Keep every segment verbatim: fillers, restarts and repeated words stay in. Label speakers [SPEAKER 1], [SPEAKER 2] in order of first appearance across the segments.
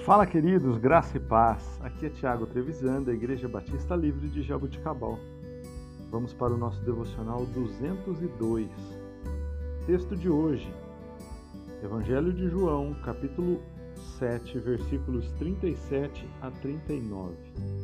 [SPEAKER 1] Fala, queridos, graça e paz. Aqui é Tiago Trevisan, da Igreja Batista Livre de Jaboticabal. Vamos para o nosso devocional duzentos e dois. Texto de hoje, Evangelho de João, capítulo sete, versículos trinta e sete a trinta e nove.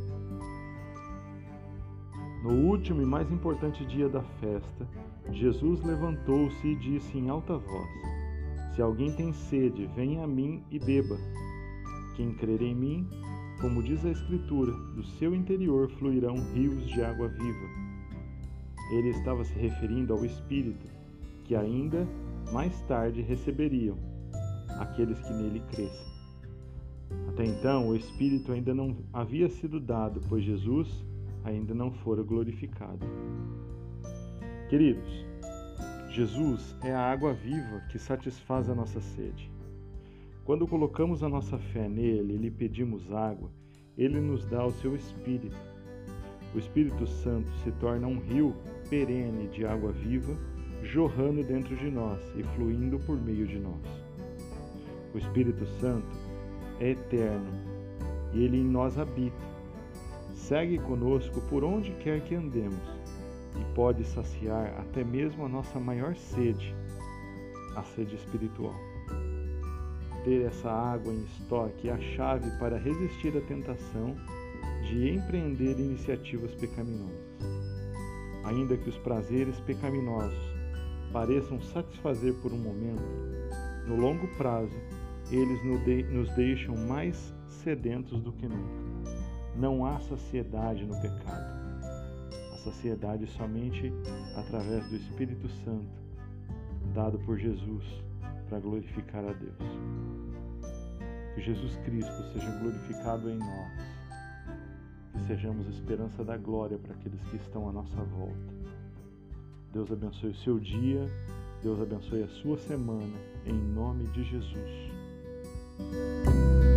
[SPEAKER 1] No último e mais importante dia da festa, Jesus levantou-se e disse em alta voz: Se alguém tem sede, venha a mim e beba. Quem crer em mim, como diz a Escritura, do seu interior fluirão rios de água viva. Ele estava se referindo ao Espírito, que ainda mais tarde receberiam aqueles que nele crescem. Até então, o Espírito ainda não havia sido dado, pois Jesus ainda não fora glorificado. Queridos, Jesus é a água viva que satisfaz a nossa sede. Quando colocamos a nossa fé nele e lhe pedimos água, ele nos dá o seu Espírito. O Espírito Santo se torna um rio perene de água viva, jorrando dentro de nós e fluindo por meio de nós. O Espírito Santo é eterno e ele em nós habita. Segue conosco por onde quer que andemos e pode saciar até mesmo a nossa maior sede, a sede espiritual. Ter essa água em estoque é a chave para resistir à tentação de empreender iniciativas pecaminosas. Ainda que os prazeres pecaminosos pareçam satisfazer por um momento, no longo prazo, eles nos deixam mais sedentos do que nunca. Não há saciedade no pecado. A saciedade somente através do Espírito Santo, dado por Jesus para glorificar a Deus. Que Jesus Cristo seja glorificado em nós, que sejamos esperança da glória para aqueles que estão à nossa volta. Deus abençoe o seu dia, Deus abençoe a sua semana, em nome de Jesus.